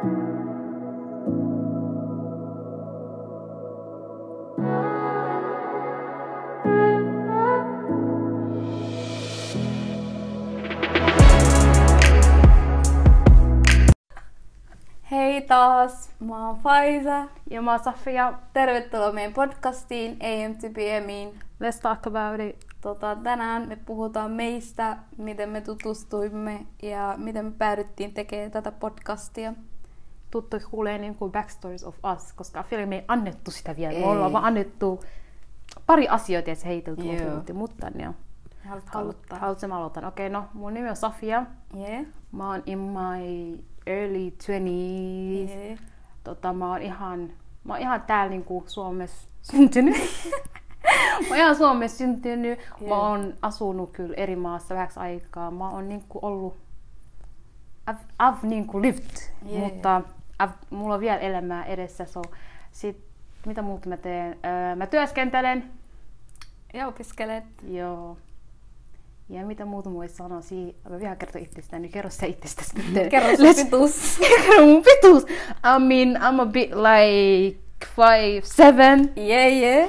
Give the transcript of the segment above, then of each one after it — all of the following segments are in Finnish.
Hei taas, mä oon Faiza ja mä oon Safia. Tervetuloa meidän podcastiin AM to BM:iin. Let's talk about it. Tänään me puhutaan meistä, miten me tutustuimme ja miten me päädyttiin tekemään tätä podcastia. Tuttu kuulee niin kuin backstories of us, koska film ei annettu sitä vielä. Me ollaan vaan annettu pari asioita ja se heitelty mutta joo. Haluatko mä aloitan? Okei, no mun nimi on Safia. Yeah. Mä oon in my early 20s. Yeah. Mä oon ihan täällä niinku Suomessa syntynyt. Mä oon ihan Suomessa syntynyt. Yeah. Mä oon asunut kyllä eri maassa vähäksi aikaa. Mä oon niinku ollut I've niinku lived, mutta mulla on vielä elämää edessä. Sit, mitä muuta mä teen? Mä työskentelen. Ja opiskelet. Joo. Ja mitä muuta mä voisin sanoa siitä? Mä vielä kerron itsestäni, niin kerro sä itsestäsi. Kerro sun pituus. Kerro mun pituus. I mean, I'm a bit like 5'7". Yeah.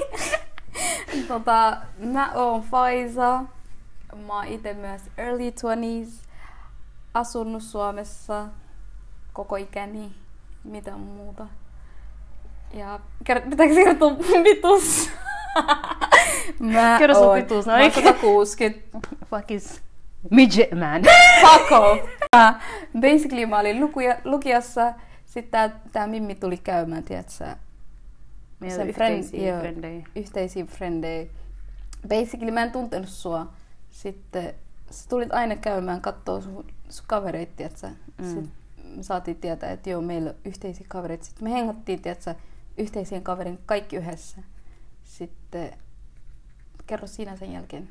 Mä oon Faiza. Mä oon ite myös early 20s. Asunut Suomessa koko ikäni. Mitä muuta? Ja pitääkö kertoa pituus? Kerro sun pituus. Mä oon 160. Fuck is midget man. Fuck off. Basically mä olin lukiossa. Sitten tää Mimmi tuli käymään, tiiätsä. Meillä on yhteisiä frendejä. Yhteisiä frendejä. Basically mä en tuntenut sua. Sitten sä tulit aina käymään kattoo sun kavereita, tiiätsä. Sitten me saatiin tietää, että joo, meillä on yhteisiä kavereita. Sitten me hengattiin, tiiätsä, yhteisien kaverin kaikki yhdessä. Sitten kerro siinä sen jälkeen.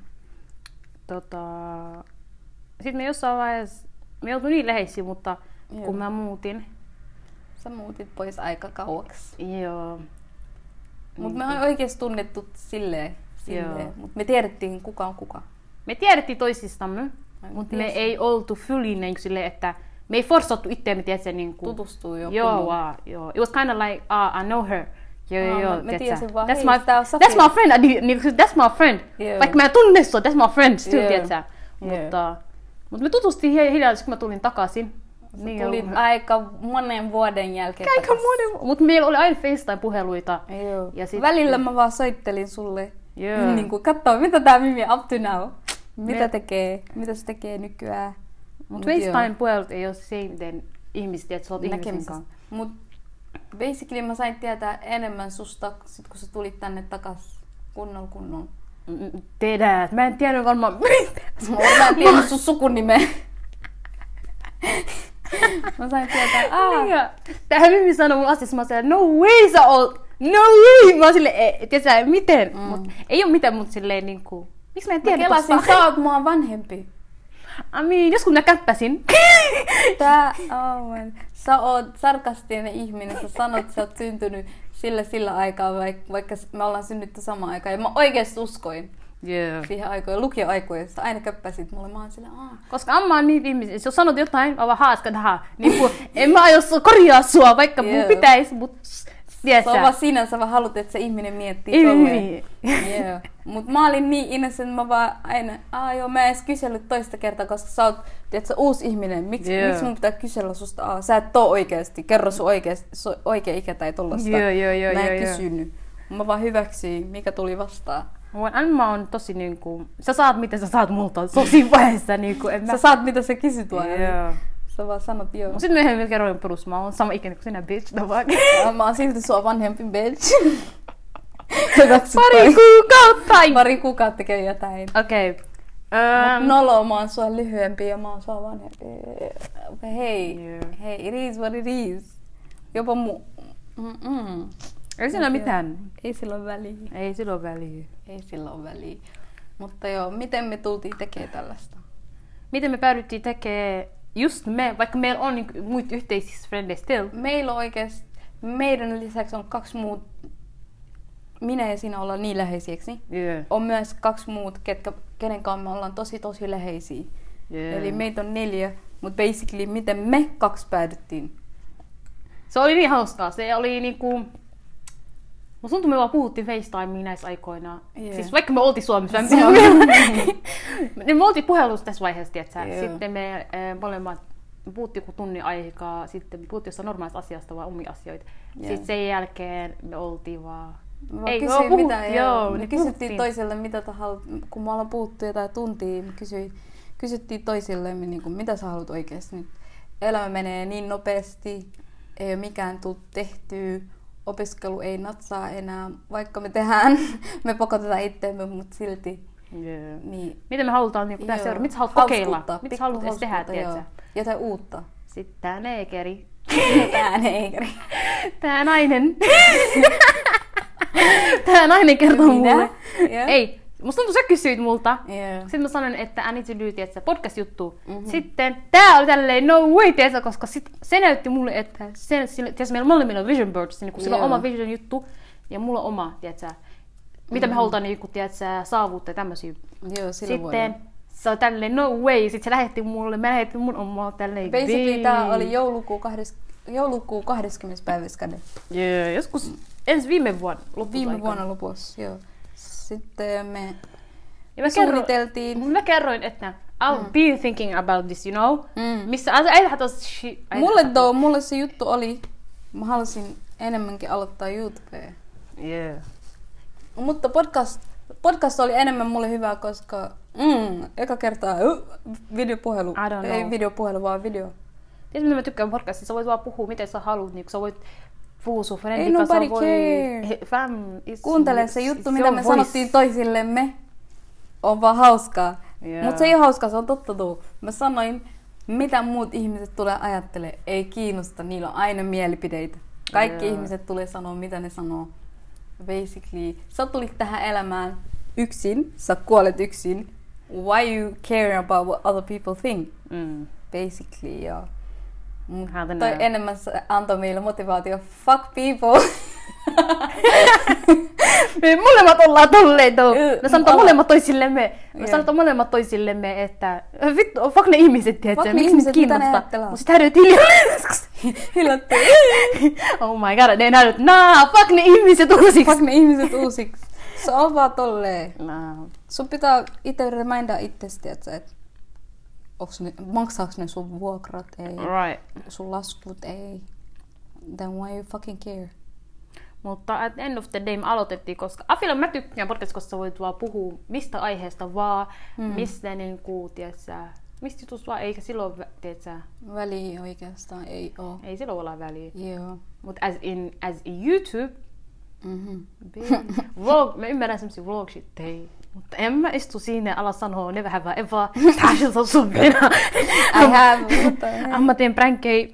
Sitten me jossain vaiheessa, me oltu niin läheisiä, mutta kun mä muutin. Sä muutit pois aika kauaksi. Joo. Mutta me on oikeesti tunnettu silleen. Mutta me tiedettiin kuka on kuka. Me tiedettiin toisistamme, mutta me ei oltu fully niin silleen, että me ei forsattu itseämme, tiedätkö, niin kuin tutustuu jo. Joo. It was kind of like, I know her. Joo. Mä tiesin vaan, that's my friend. That's my friend. Vaikka mä en tunne sua, that's my friend still, tiedätkö. Mutta me tutustui hiljaa, kun mä tulin takaisin. Niin tulit aika monen vuoden jälkeen Mutta meillä oli aina FaceTime-puheluita. Ja välillä mä vaan soittelin sulle. Niin kuin, kattoo, mitä tää Mimi up to now? Mitä se tekee nykyään? Mutta FaceTime-puhelut ei ole se, miten ihmiset, että sä oot ihmisen kanssa. Mut basically mä sain tietää enemmän susta, sit kun sä tulit tänne takas kunnolla. Tiedät, mä en tiedä varmaan Mä en tiedä sun sukunimeä. Mä sain tietää, Tähän Mimmi sanoi mulle asiassa, mä sanoin, no way sä oot, no way! Mä oon silleen, tiedätkö, miten? Ei oo mitään, mut silleen niinku, miksi mä en tiedä? Mä kelasin, sä oot mua vanhempi. Joskus mä käppäsin. Sä oot sarkastinen ihminen, sä sanot, että sä oot syntynyt sillä aikaa, vaikka me ollaan synnytty samaan aikaan. Ja mä oikeesti uskoin siihen aikoihin, lukioaikoihin. Sä aina käppäsit mulle, mä oon silleen, Koska mä oon niitä ihmisiä, jos sanot jotain, mä vaan haaska tähän. Niin en mä aio korjaa sua, vaikka mun pitäis, mut se on vaan sinänsä, vaan haluat, että se ihminen miettii tolleen. Mut mä olin niin innocent, mä vaan aina, mä en edes kysellyt toista kertaa, koska sä oot, tiedätkö, uusi ihminen. Miksi mun pitää kysellä susta? Sä et oo oikeesti, kerro sun oikea ikä tai tollasta. Mä en kysynyt. Mä vaan hyväksyin, mikä tuli vastaan. Mä oon tosi niinku, sä saat mitä sä saat multa, se on siinä vaiheessa niinku. Sä saat mitä sä kysyt vaan. Sä vaan sanot joo. Sitten myöhemmin kerroin perus, mä oon sama ikäinen kuin sinä, bitch. Mä oon silti sua vanhempi, bitch. Pari kuukautta käy jotain. Okei. Nolo, mä oon sua lyhyempi ja mä oon sua vanhempi. Hei, it is what it is. Jopa Ei sillä mitään. Ei sillä ole väliä. Mutta joo, miten me tultiin tekemään tällaista? Miten me päädyttiin tekemään just me, vaikka meillä on niinku muita yhteisiä frendejä still. Meillä on oikeesti, meidän lisäksi on 2 muut, minä ja sinä ollaan niin läheisiksi. On myös 2 muut, kenen kanssa me ollaan tosi läheisiä. Eli meitä on 4, mutta basically miten me 2 päädyttiin Se oli niin hauskaa. Se oli niinku... Musta tuntuu, me vaan puhuttiin FaceTimeen näissä aikoina. Yeah. Siis vaikka me oltiin Suomessa. Niin me oltiin puhelussa tässä vaiheessa, tietsä. Yeah. Sitten me molemmat puhuttiin joku tunnin aikaa. Sitten me puhuttiin jostain normaalista asiasta, vaan omia asioita. Yeah. Sitten sen jälkeen me oltiin vaan... Me kysyttiin toiselle, mitä kun me ollaan puhuttu jotain tuntia, me kysyttiin toisillemme, niin kuin, mitä sä haluat oikeasti nyt. Elämä menee niin nopeasti, ei ole mikään tullut tehtyä, opiskelu ei natsaa enää, vaikka me tehdään, me pakotetaan itseämme, mutta silti. Yeah. Niin. Mitä me halutaan niin tässä seurata? Mitä sä haluat kokeilla? Mitä sä haluat edes tehdä, tiedätkö? Jotain uutta. Sitten tää neekeri. Tää nainen. Tää nainen kertoo mulle. Yeah. Ei, musta tuntuu sä kysyit multa. Yeah. Sitten mä sanoin, että I need to do, tietsä, podcast-juttu. Sitten tää oli tälleen no way, tietsä, koska se näytti mulle, että tietsä, meillä molemmilla on vision boards, niin kun sillä on oma vision juttu ja mulla on oma, tietsä, mitä me halutaan niin kun, tietsä, saavuttaa tämmösiä. Joo, sitten se on tälleen no way, sitten se lähetti mulle, mä lähetin mun omaa tälleen. Basically tää oli joulukuu 20. päivässä. Joo, joskus viime vuonna lopussa, joo. Sitten me suunniteltiin. Mä kerroin, että I'll be thinking about this, you know? Missä mulle se juttu oli, mä halusin enemmänkin aloittaa YouTubea. Yeah. Mutta podcast oli enemmän mulle hyvä, koska eka kertaa videopuhelu. Ei videopuhelu, vaan video. Tiedätkö, mitä mä tykkään podcastista? Sä voit vaan puhua, miten sä haluat. Niin sä voit puhua sun friendin kanssa. Ei nobody care. Kuuntele se juttu, mitä me sanottiin toisillemme. On vaan hauskaa. Yeah. Mutta se ei ole hauskaa, se on totta tuo. Mä sanoin, mitä muut ihmiset tulee ajattelemaan. Ei kiinnosta, niillä on aina mielipideitä. Kaikki ihmiset tulee sanoa, mitä ne sanoo. Basically, sä tulit tähän elämään yksin, sä kuolet yksin. Why you care about what other people think? Basically, joo. Toi enemmän antoi meille motivaatio. Fuck people. Me molemmat ollaan tolleen. Me sanotaan molemmat toisillemme, että vittu, fuck ne ihmiset, tiedätkö? Miksi me kiinnostaa? Mutta sit hädyt hillattu. Oh my god, ne hädyt, fuck ne ihmiset uusiksi. Fuck ne ihmiset uusiksi. Se on vaan tolleen. Sun pitää itse remindaa itsesi, tiedätkö, että maksaako ne sun vuokrat? Ei. Right. Sun laskut? Ei. Then why you fucking care? Mutta at the end of the day me aloitettiin, koska mä tykkään podcastista, koska sä voit vaan puhua mistä aiheesta vaan, mistä niinku, tiedätkö, mistä jutusta vaan, eikä silloin, tiedätkö, väliä oikeastaan ei oo. Ei silloin olla väliä. Joo. Mutta as in YouTube, vlog, mä ymmärrän semmosia vlog-shittei. Mutta en mä istu siinä ala sanoa never have I ever. Tähän on sun venä. I have. Mä teen prankit.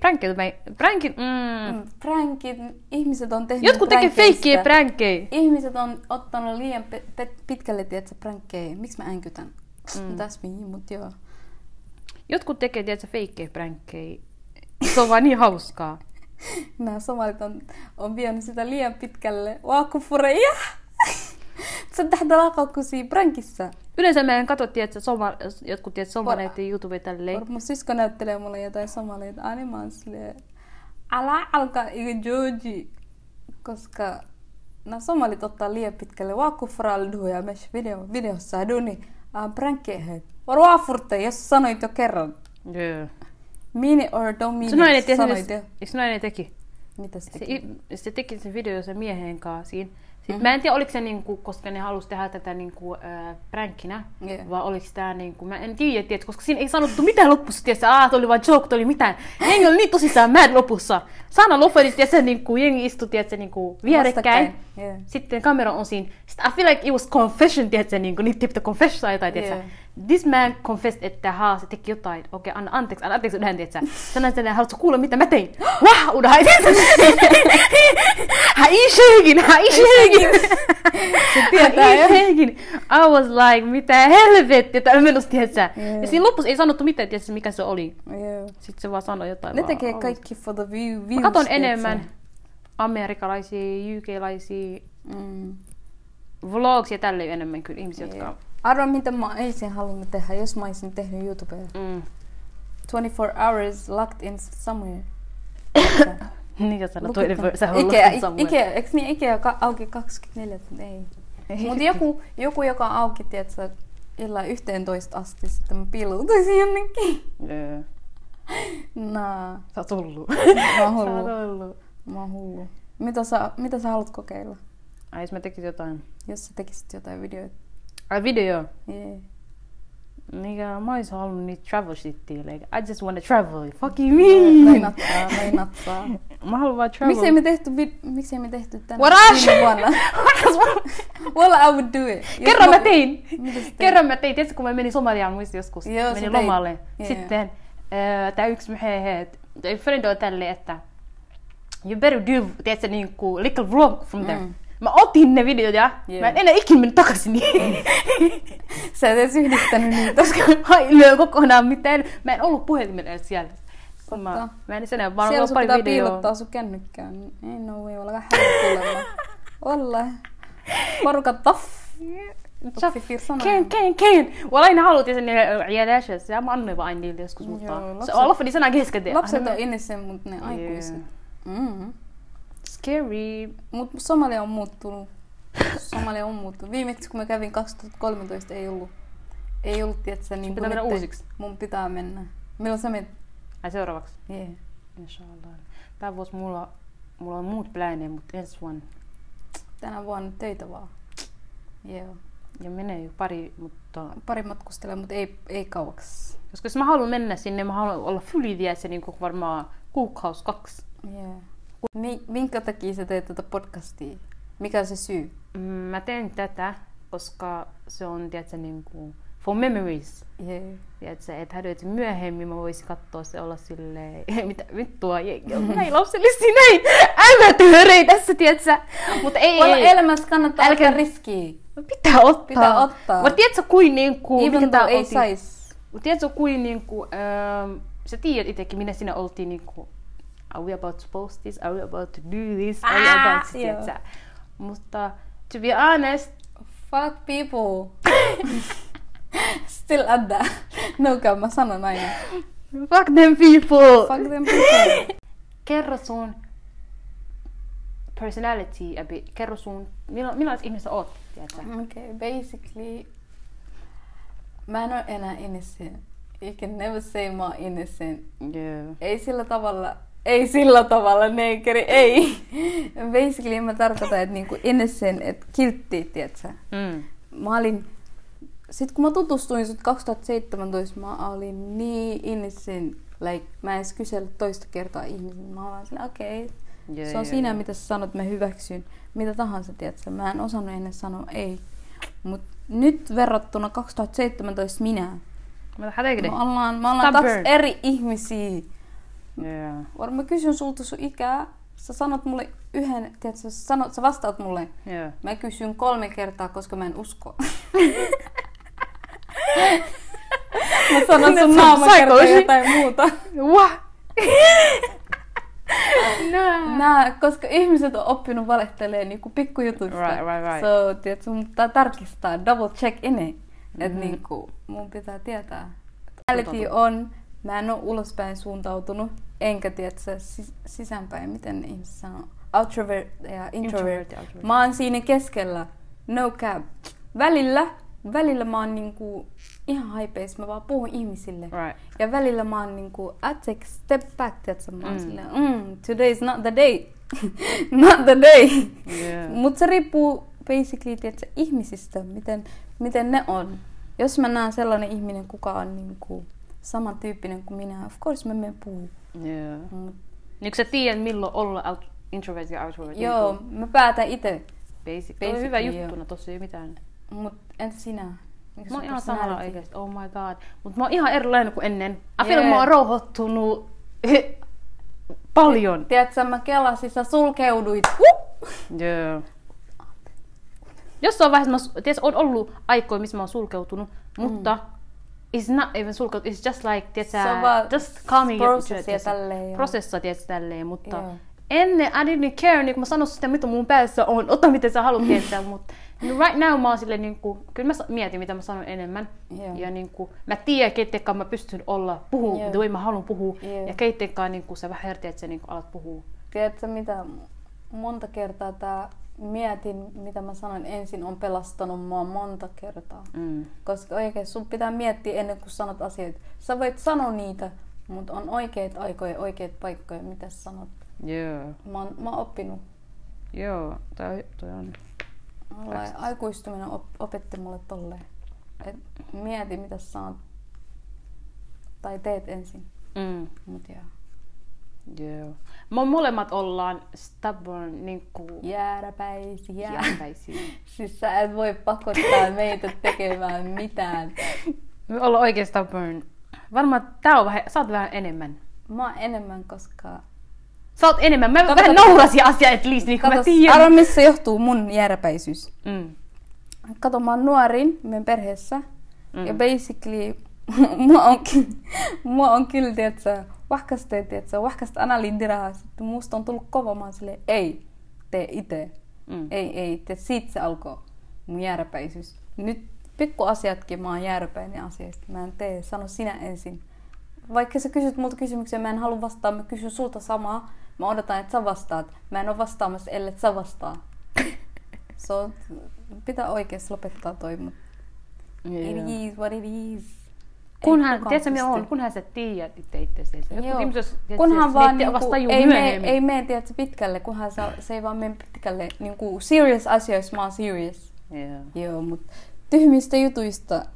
Ihmiset on tehnyt jotkut tekee feikkiä prankkejä. Ihmiset on ottanut liian pitkälle, tiedätkö, prankkejä. Miksi mä änkytän? That's me, mut joo. Jotkut tekee, tiedätkö, feikkejä prankkejä. Se on vaan niin hauskaa. Nämä somalit on vienyt sitä liian pitkälle. Waakufureja! Sä tähdä lakaukusia prankissa. Yleensä meidän katsottiin, että jotkut somaleita YouTube tälleen. Mun sisko näyttelee mulle jotain somaleita. Aina mä oon silleen, älä alkaa Georgi. Koska nämä somalit ottaa liian pitkälle. Waakufraldu ja mesh videossa duni. Prankkeja. Varuafurte, jos sanoit jo kerran. Joo. Mean or don't mean it. Sanoit jo. Eikö nainen teki? Mitä se teki? Se teki sen video sen miehen kanssa siinä. Sitten mä en tiedä, oliko se niinku, koska ne halusi tehdä tätä niinku, pränkkinä, vai oliko tää niinku, mä en tiedä, koska siinä ei sanottu mitään lopussa, tiedätkö, toi oli vaan joke, toi oli mitään. Jengi oli niin tosissaan mad lopussa. Sana loppuun, tiedätkö, niinku, jengi istui, tiedätkö, niinku, vierekkäin. Yeah. Sitten kamera on siinä. Sitten I feel like it was confession, tiedätkö, niinku, niitä tippitä confession tai jotain, tiedätkö. Yeah. This man confessed, että se teki jotain. Okei, anna anteeksi yhden, tiedätkö. Sanoin, että haluatko kuulla, mitä mä tein? Wah, udah, Haishegin. Se tietää jo. I was like, mitä helvettiä, tämmöistä, tiedätkö. Ja siinä lopussa ei sanottu mitään, tiedätkö, mikä se oli. Yeah. Sitten se vaan sanoi jotain. Ne tekee kaikki for the views. Mä katon enemmän amerikkalaisia, UK-laisia vlogs ja tälleen enemmän kyllä ihmisiä, jotka... Arvaa, mitä mä olisin halunnut tehdä, jos mä olisin tehnyt YouTubea. 24 hours locked in somewhere. Niin sä sanot 24/7 Ikea, eikö niin Ikea auki 24? Ei. Mutta joku, joka on auki, tiedätkö, illalla 11 asti, sitten mä piiloutuisin jonnekin. Naa. Sä oot hullu. Mä oon hullu. Mitä sä haluat kokeilla? Ai, jos mä tekisin jotain. Jos sä tekisit jotain videoita. Ai, video? Yeah. Nigga, mä ois halunnut niitä travel shittiä. Like, I just wanna travel. Fuck you mean? Lainattaa. Mä haluan vaan travel. Miksei me tehty tänään? What vuonna? Well, I would do it. Kerran mä tein. Tiedätkö, kun mä menin Somaliaan muistin joskus. Joo, menin lomalle. Sitten tää yksi friend on tälleen, että you better do, tiedätkö, niinku little vlog from there. Mä otin ne videot ja mä en enää ikinä mennyt takaisin niihin. Sä et edes yhdistänyt niitä. Koska hailöö kokonaan mitään. Mä en ollut puhelimen edes siellä. Mä en edes enää vaan ollut pari videoa. Siellä sun pitää piilottaa sun kännykkään. Ei no way, ollaan hänen Olla. Porukat toff. Ken. Walla aina halutin sen jäljestä. Ja mä annoin vaan niille joskus. Mutta se on loppu sanaa kesken. Lapset on innocent, mutta ne aikuiset. Scary. Mut Somalia on muuttunut. Viimeksi kun mä kävin 2013 ei ollut tietysti niin pitää mennä uusiksi. Mun pitää mennä. Milloin sä menet? Ai seuraavaksi? Yeah. Inshallah. Tää vuosi mulla on muut plääneja, mutta ensi vuonna. Tänä vuonna töitä vaan. Yeah. Ja menee jo pari matkustelee, mutta ei kauaksi. Koska jos mä haluan mennä sinne, mä haluan olla fully niin kuin varmaan kuukausi 2. Yeah. Minkä takia sä teet tätä podcastia? Mikä on se syy? Mä teen tätä, koska se on, tiedätkö, niinku for memories. Yeah. Tiedätkö, että hädyt myöhemmin mä voisin katsoa se olla silleen, mitä vittua, näin lapsellisesti näin, amatöörei tässä, tiedätkö. Mutta ei. Elämässä kannattaa ottaa riskiä. Pitää ottaa. Mutta tiedätkö, kuin niinku, even though ei sais. Tiedätkö, kuin niinku, sä tiedät itsekin, minä siinä oltiin niinku, are we about to post this? Are we about to do this? Are we about to, tiedätkö? Mutta to be honest, fuck people. Still at that. No, mä sanon aina. Fuck them people. Kerro sun personality a bit. Kerro sun, millaiset ihmiset oot, tiedätkö? Okay, basically, mä en oo enää innocent. You can never say mä oon innocent. Yeah. Ei sillä tavalla, neikeri, ei. Basically mä tarkoitan, että niinku innocent, että kiltti, tiedätkö? Mä olin, sit kun mä tutustuin sut 2017, mä olin niin innocent, like mä en edes kysellyt toista kertaa ihmisen. Mä olin silleen, okei, se on siinä, mitä sä sanot, mä hyväksyn. Mitä tahansa, tiedätkö? Mä en osannut ennen sanoa ei. Mut nyt verrattuna 2017 minä. Mä ollaan 2 eri ihmisiä. Yeah. Mä kysyn sulta sun ikää. Sä sanot mulle yhden, tiedätkö, sä vastaat mulle. Yeah. Mä kysyn 3 kertaa, koska mä en usko. Mä sanon sun naamakertaa jotain muuta. What? Koska ihmiset on oppinut valehtelemaan niinku pikkujutuista. Right. So, tiedätkö, mun pitää tarkistaa, double check in. Että niinku, mun pitää tietää. Reality on, mä en oo ulospäin suuntautunut, enkä tiedätkö, sisäänpäin, miten ne ihmiset sanoo. Outrovert ja introvert. Mä oon siinä keskellä, no cap. Välillä mä oon niinku ihan haipeis, mä vaan puhun ihmisille. Right. Ja välillä mä oon niinku, I take step back, tiedätkö, mä oon silleen, today's not the day. Not the day. Yeah. Mut se riippuu basically, tiedätkö, ihmisistä, miten ne on. Jos mä näen sellainen ihminen, kuka on niinku samantyyppinen kuin minä, of course mä menen puhuu. Yeah. Niin sä tiedät, milloin olla introvert ja outrovert? Joo, mä päätän itse. Basically on hyvä juttuna, tossa ei mitään. Mut entä sinä? Mä oon ihan samalla oikeesti, oh my god. Mut mä oon ihan erilainen kuin ennen. I feel mä oon rauhoittunut paljon. Tiedätkö, mä kelasin, sä sulkeuduit. Yeah. Jossain vaiheessa on ollut aikoja, missä mä oon sulkeutunut, mutta it's not even sulkeutunut, it's just like, tiedätkö, just calming prosessia, tiedätkö, tälleen, mutta ennen I didn't care, niin kun mä sanoin sitä, mitä mun päässä on, ota miten sä haluat tietää, mutta right now mä oon silleen, niin kuin, kyllä mä mietin, mitä mä sanon enemmän, ja niin kuin, mä tiedän, keittenkaan mä pystyn puhua, the way mä haluan puhua, ja keittenkaan niin kuin, sä vähän hertiä, että sä niin kuin, alat puhua. tiedätkö mitä? Monta kertaa tää mietin, mitä mä sanoin ensin, on pelastanut mua monta kertaa. Koska oikein sun pitää miettiä ennen kuin sanot asioita. Sä voit sanoa niitä, mutta on oikeat aikoja, oikeat paikkoja, mitä sanot. Joo. Mä oon oppinut. Joo, toi on. Aikuistuminen opetti mulle tolleen. Et mieti mitä sanot. Tai teet ensin. Mut joo. Joo. Molemmat ollaan stubborn, niinku... Jääräpäisiä. Jääräpäisiä. Siis sä et voi pakottaa meitä tekemään mitään. Me ollaan oikein stubborn. Varmaan sä oot vähän enemmän. Mä oon enemmän, koska... Sä oot enemmän. Mä vähän naurasin asiaa, et least, niin kuin mä tiedän. Arvo, missä johtuu mun jääräpäisyys. Kato, mä oon nuorin meidän perheessä. Ja basically... mua on kyllä, tietsä, vahkasta analintiraa. Sitten musta on tullut kova, mä oon silleen, ei, tee ite. Ei, siitä se alkoi mun jääräpäisyys. Nyt pikkuasiatkin mä oon jääräpäinen asioista. Mä en tee, sano sinä ensin. Vaikka sä kysyt multa kysymyksiä, mä en halua vastaa, mä kysyn sulta samaa. Mä odotan, että sä vastaat. Mä en oo vastaamassa, ellei sä vastaa. Pitää oikeesti lopettaa toi, mut it is what it is. Kunhan sä tiedät itse. Kunhan vaan ei mene pitkälle, kunhan se ei vaan mene pitkälle. Niinku serious asioissa mä oon serious. Joo, mut tyhmistä jutuista.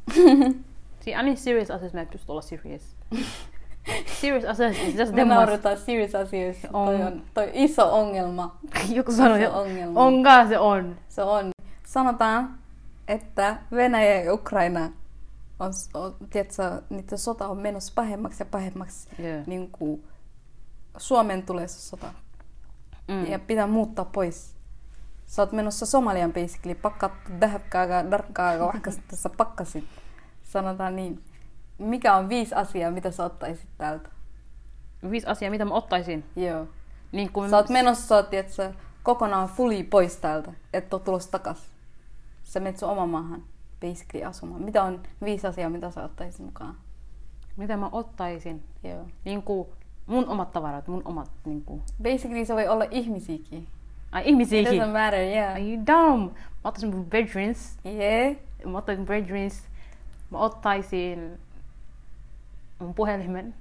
Aina serious asioissa mä en pysty olla serious. Serious asioissa. Me nauretaan serious asioissa. Toi iso ongelma. Joku sanoi, onkaan se on. Se on. Sanotaan, että Venäjä ja Ukraina tiedätkö, niiden sota on menossa pahemmaksi ja pahemmaksi. Niin kuin Suomen tulee se sota. Ja pitää muuttaa pois. Sä oot menossa Somalian basically. Pakkattu dähäkkaaga, darkkaaga, vahkasta tässä pakkasit. Sanotaan niin. Mikä on 5 asiaa, mitä sä ottaisit täältä? 5 asiaa, mitä mä ottaisin? Joo. Niin kun... Sä oot menossa, tiedätkö, kokonaan fully pois täältä. Et oo tulossa takas. Sä menet sun oman maahan. Basically asumaan. Mitä on 5 asiaa, mitä sä ottaisit mukaan? Mitä mä ottaisin? Joo. Niinku mun omat tavarat, mun omat niinku... Basically se voi olla ihmisiäkin. Ai ihmisiäkin? It doesn't matter, yeah. Are you dumb? Mä ottaisin mun bedrooms. Yeah. Mä ottaisin bedrooms. Mä ottaisin mun puhelimen.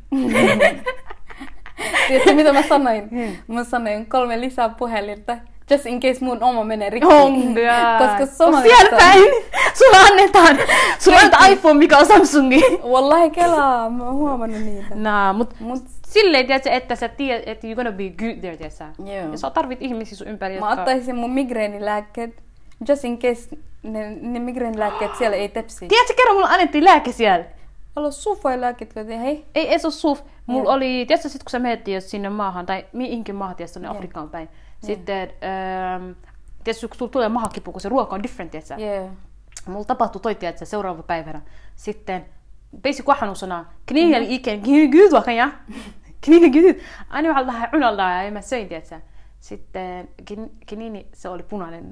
Tiedätkö mitä mä sanoin? Mä sanoin 3 lisää puhelinta. Just in case mun oma menee rikki. Koska Somalista... Siellä päin! Sulla annetaan iPhone, mikä on Samsungi. Wallahi kelaa, mä oon huomannut niitä. Mut silleen, tiedätkö, että sä tiedät, että you're gonna be good there, tiedätkö? Yeah. Ja sä tarvit ihmisiä sun ympäri, mä ottaisin mun migreenilääkkeet. Just in case ne migreenilääkkeet siellä ei tepsi. Tiedätkö, kerran mulla annettiin lääke siellä? Mulla on sufoi-lääkkeet, hei? Ei se ole suf. Mulla oli, tiedätkö, sit kun sä menettiin sinne maahan, tai mihinkin maahan, tiedätkö, ne Afrikaan päin. Sitten, tiedätkö, kun sulla tulee mahakipu, kun se ruoka on different, tiedätkö? Yeah. Mulla tapahtui toi, tiedätkö, seuraava päivänä. Sitten, basic waxan sana, kniinjali iken, kniinigyd vaikka ja? Kniinigyd. Aina vähän vähän unaldaa ja mä söin, tiedätkö? Sitten, kniini, se oli punainen.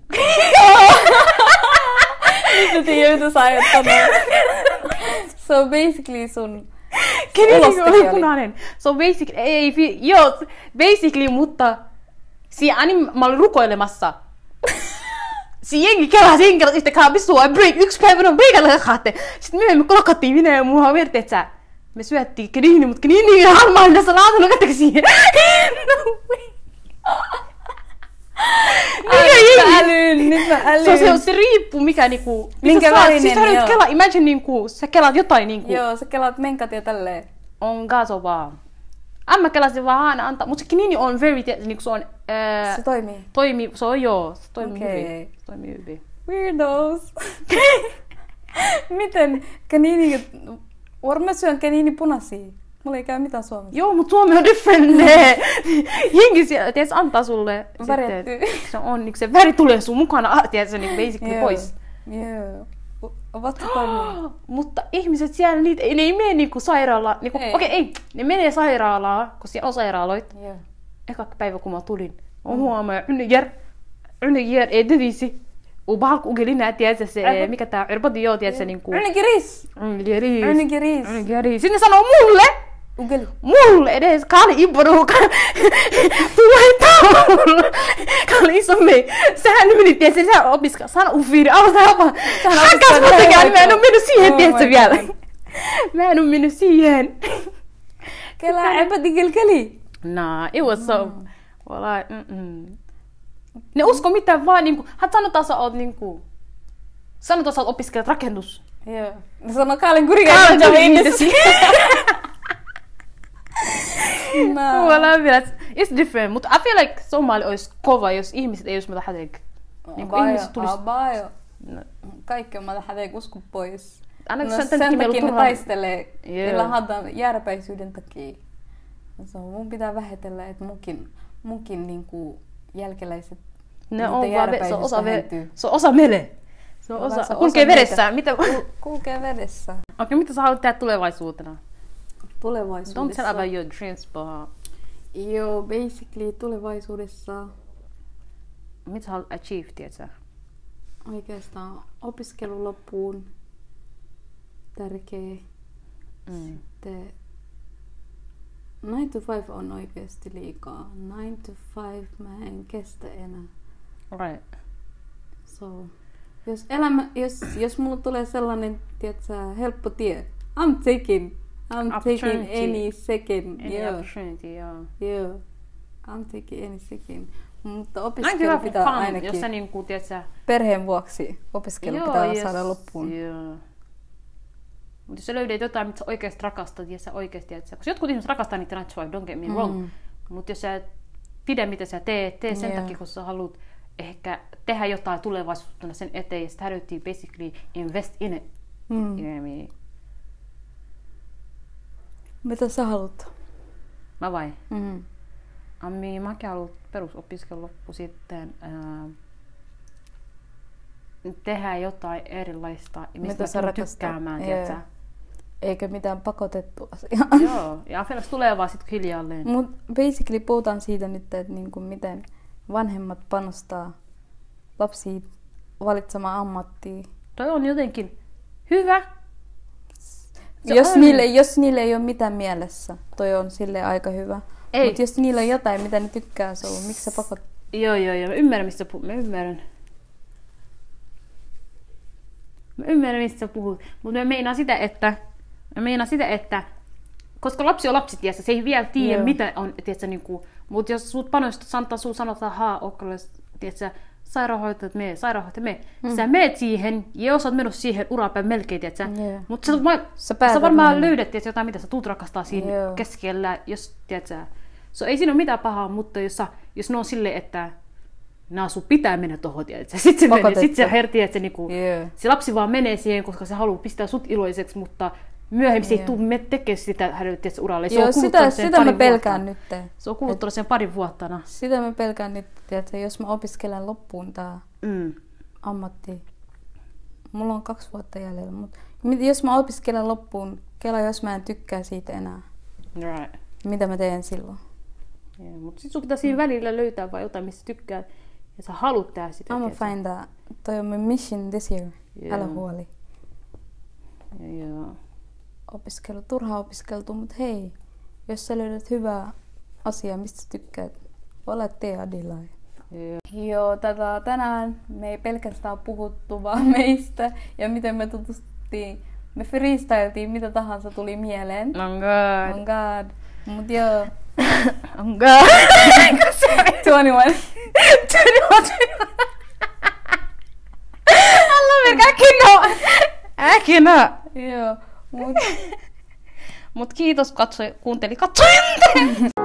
Nyt tiedät, mitä sä aiot sanoa. So basically sun... Kniini oli punainen. So basically, basically, mutta... mä olin rukoilemassa. Jengi kelasi yhtä kaapissua, yksi päivänä on breikalla kakaatte. Sitten myöhemmin kolkattiin minä ja mua verti, että me syöttiin kniini, mutta kniini ja halmaan tässä laatana, katsokaa siihen. No way. Nyt mä älyn. Se riippuu mikä niinku... Minkä värinen, siis joo. Kela, imagine niinku, sä kelaat jotain niinku... Joo, sä kelaat menkat ja tälleen. On kasovaa. Mä kelasin vaan aina antaa, mutta se kniini on very... Niinku se on... Se toimii? Toimii, se on joo. Se toimii hyvin. Se toimii hyvin. Weirdos. Miten kniini... Varmaan syön kniini punaisia. Mulla ei käy mitään Suomessa. Joo, mutta Suomi on different. Jengi tiedätkö, antaa sulle... Väretty. Se on, niin se väri tulee sun mukana, tiedätkö, niin basically pois. Joo. Ovatko toimii? Mutta ihmiset siellä, ne ei mene niinku sairaalaan. Niinku, okei, ne menee sairaalaan, kun siellä on sairaaloita. Yeah. Eka päivä, kun mä tulin, on huomaa, ynneger ei devisi. Ubahalku ugelinää, tiedätkö, se, mikä tää irbadi joo, tiedätkö, niinku... Ynnegeris. Sitten ne sanoo mulle, Ugeli. Mulle edes kali iporuuka. Tulee taululla. Kali iso me. Sähän nyt meni, tiedätkö, sä opiskaa. Sana ufiiri. Hakas muutenkaan, mä en oo mennyt siihen, tiedätkö vielä. Mä en oo mennyt siihen. Kela epätigel keli. Nah, it was so. Well, ne usko mitään vaan niinku. Sanotaan sä oot niinku. Sanotaan sä oot opiskelet rakennus. Joo. Ne sanoo Kaalin kurikaan. No. Well, it's different. Mutta I feel like Somali olisi kova, jos ihmiset ei olisi mitä hätek. Niin kuin ihmiset tulisi... No. Kaikki on mitä hätek usku pois. No, sen takia ne taistelee järpäisyyden takia. So, mun pitää vähetellä, että munkin niinku jälkeläiset järpäisyys vähentyy. Se on osa mele. Se on osa. Kulkee vedessä. Kulkee vedessä. Okei, mitä sä haluat tehdä tulevaisuutena? Tulevaisuudessa. Don't tell about your dreams, but... Joo, basically tulevaisuudessa... Mitä sä haluat achieve, tietsä? Oikeastaan opiskelu loppuun. Tärkeä. Sitten... 9 to 5 on oikeasti liikaa. 9 to 5 mä en kestä enää. Right. So, jos mulla tulee sellainen, tietsä, helppo tie. I'm taking any second. Any opportunity, yeah. I'm taking any second. Mutta opiskelu pitää ainakin. Jos sä niinku, tietsä... Perheen vuoksi opiskelu pitää saada loppuun. Mutta jos sä löydät jotain, mitä sä oikeasti rakastat ja sä oikeasti tietsä. Koska jotkut ihmiset rakastaa niitä 9 to 5, don't get me wrong. Mutta jos sä pidä mitä sä teet sen takia, kun sä haluat ehkä tehdä jotain tulevaisuutta sen eteen ja sit hälyttiin basically invest in it. You know what I mean? Mitä sä haluat? Mä vai? Mäkin haluan perusopiskelu loppu sitten tehdä jotain erilaista, mistä mä tykkäämään, tietsä. Eikä mitään pakotettu asiaa. Joo, ja Afelas tulee vaan sit hiljalleen. Mut basically puhutaan siitä nyt, että niinku miten vanhemmat panostaa lapsiin valitsemaan ammattia. Toi on jotenkin hyvä. Jos niille ei ole mitään mielessä, toi on silleen aika hyvä. Mutta jos niillä on jotain, mitä ne tykkää sulla, miksi sä pakot? Joo. Mä ymmärrän, mistä sä puhut. Mutta mä meinaan sitä, että koska lapsi on lapsi, tiedä, se ei vielä tiedä, mitä on, tiedä, niinku, mutta jos sut panosta sanotaan, tiedä, sairaanhoitajat me. Sä meet siihen ja osaat mennä siihen urapäin melkein, tiedä, mutta sä varmaan löydät tiedä, jotain, mitä sä tulet rakastaa siinä keskellä, jos tiedä. Ei siinä ole mitään pahaa, mutta jos ne on silleen, että sun pitää mennä tohon, tiedätkö? Sitten se menee, sitten se hertii, että se lapsi vaan menee siihen, koska se haluaa pistää sut iloiseksi, mutta myöhemmin se ei tule tekemään sitä hänet uralle. Joo, sitä mä pelkään nyt. Se on kuullut sen parin vuotta. Sitä mä pelkään nyt, että jos mä opiskelen loppuun tää ammatti. Mulla on 2 vuotta jäljellä, mutta jos mä opiskelen loppuun, kela jos mä en tykkää siitä enää. Right. Mitä mä teen silloin? Yeah, mutta sit sun pitää siinä välillä löytää vaan jotain, mistä tykkää. Ja sä haluat tehdä sitä. I'm gonna find that. Toi on mun mission this year. Älä huoli. Turhaa opiskeltu, mutta hei, jos sä löydät hyvää asiaa, mistä sä tykkäät, ole tee Adilai. Joo, tänään me ei pelkästään puhuttu vaan meistä ja miten me tutustuttiin. Me freestyltiin, mitä tahansa tuli mieleen. On God. Mut joo. On God. 21. I love it. Äkino. Joo. Mut kiitos kuunteli katsoin.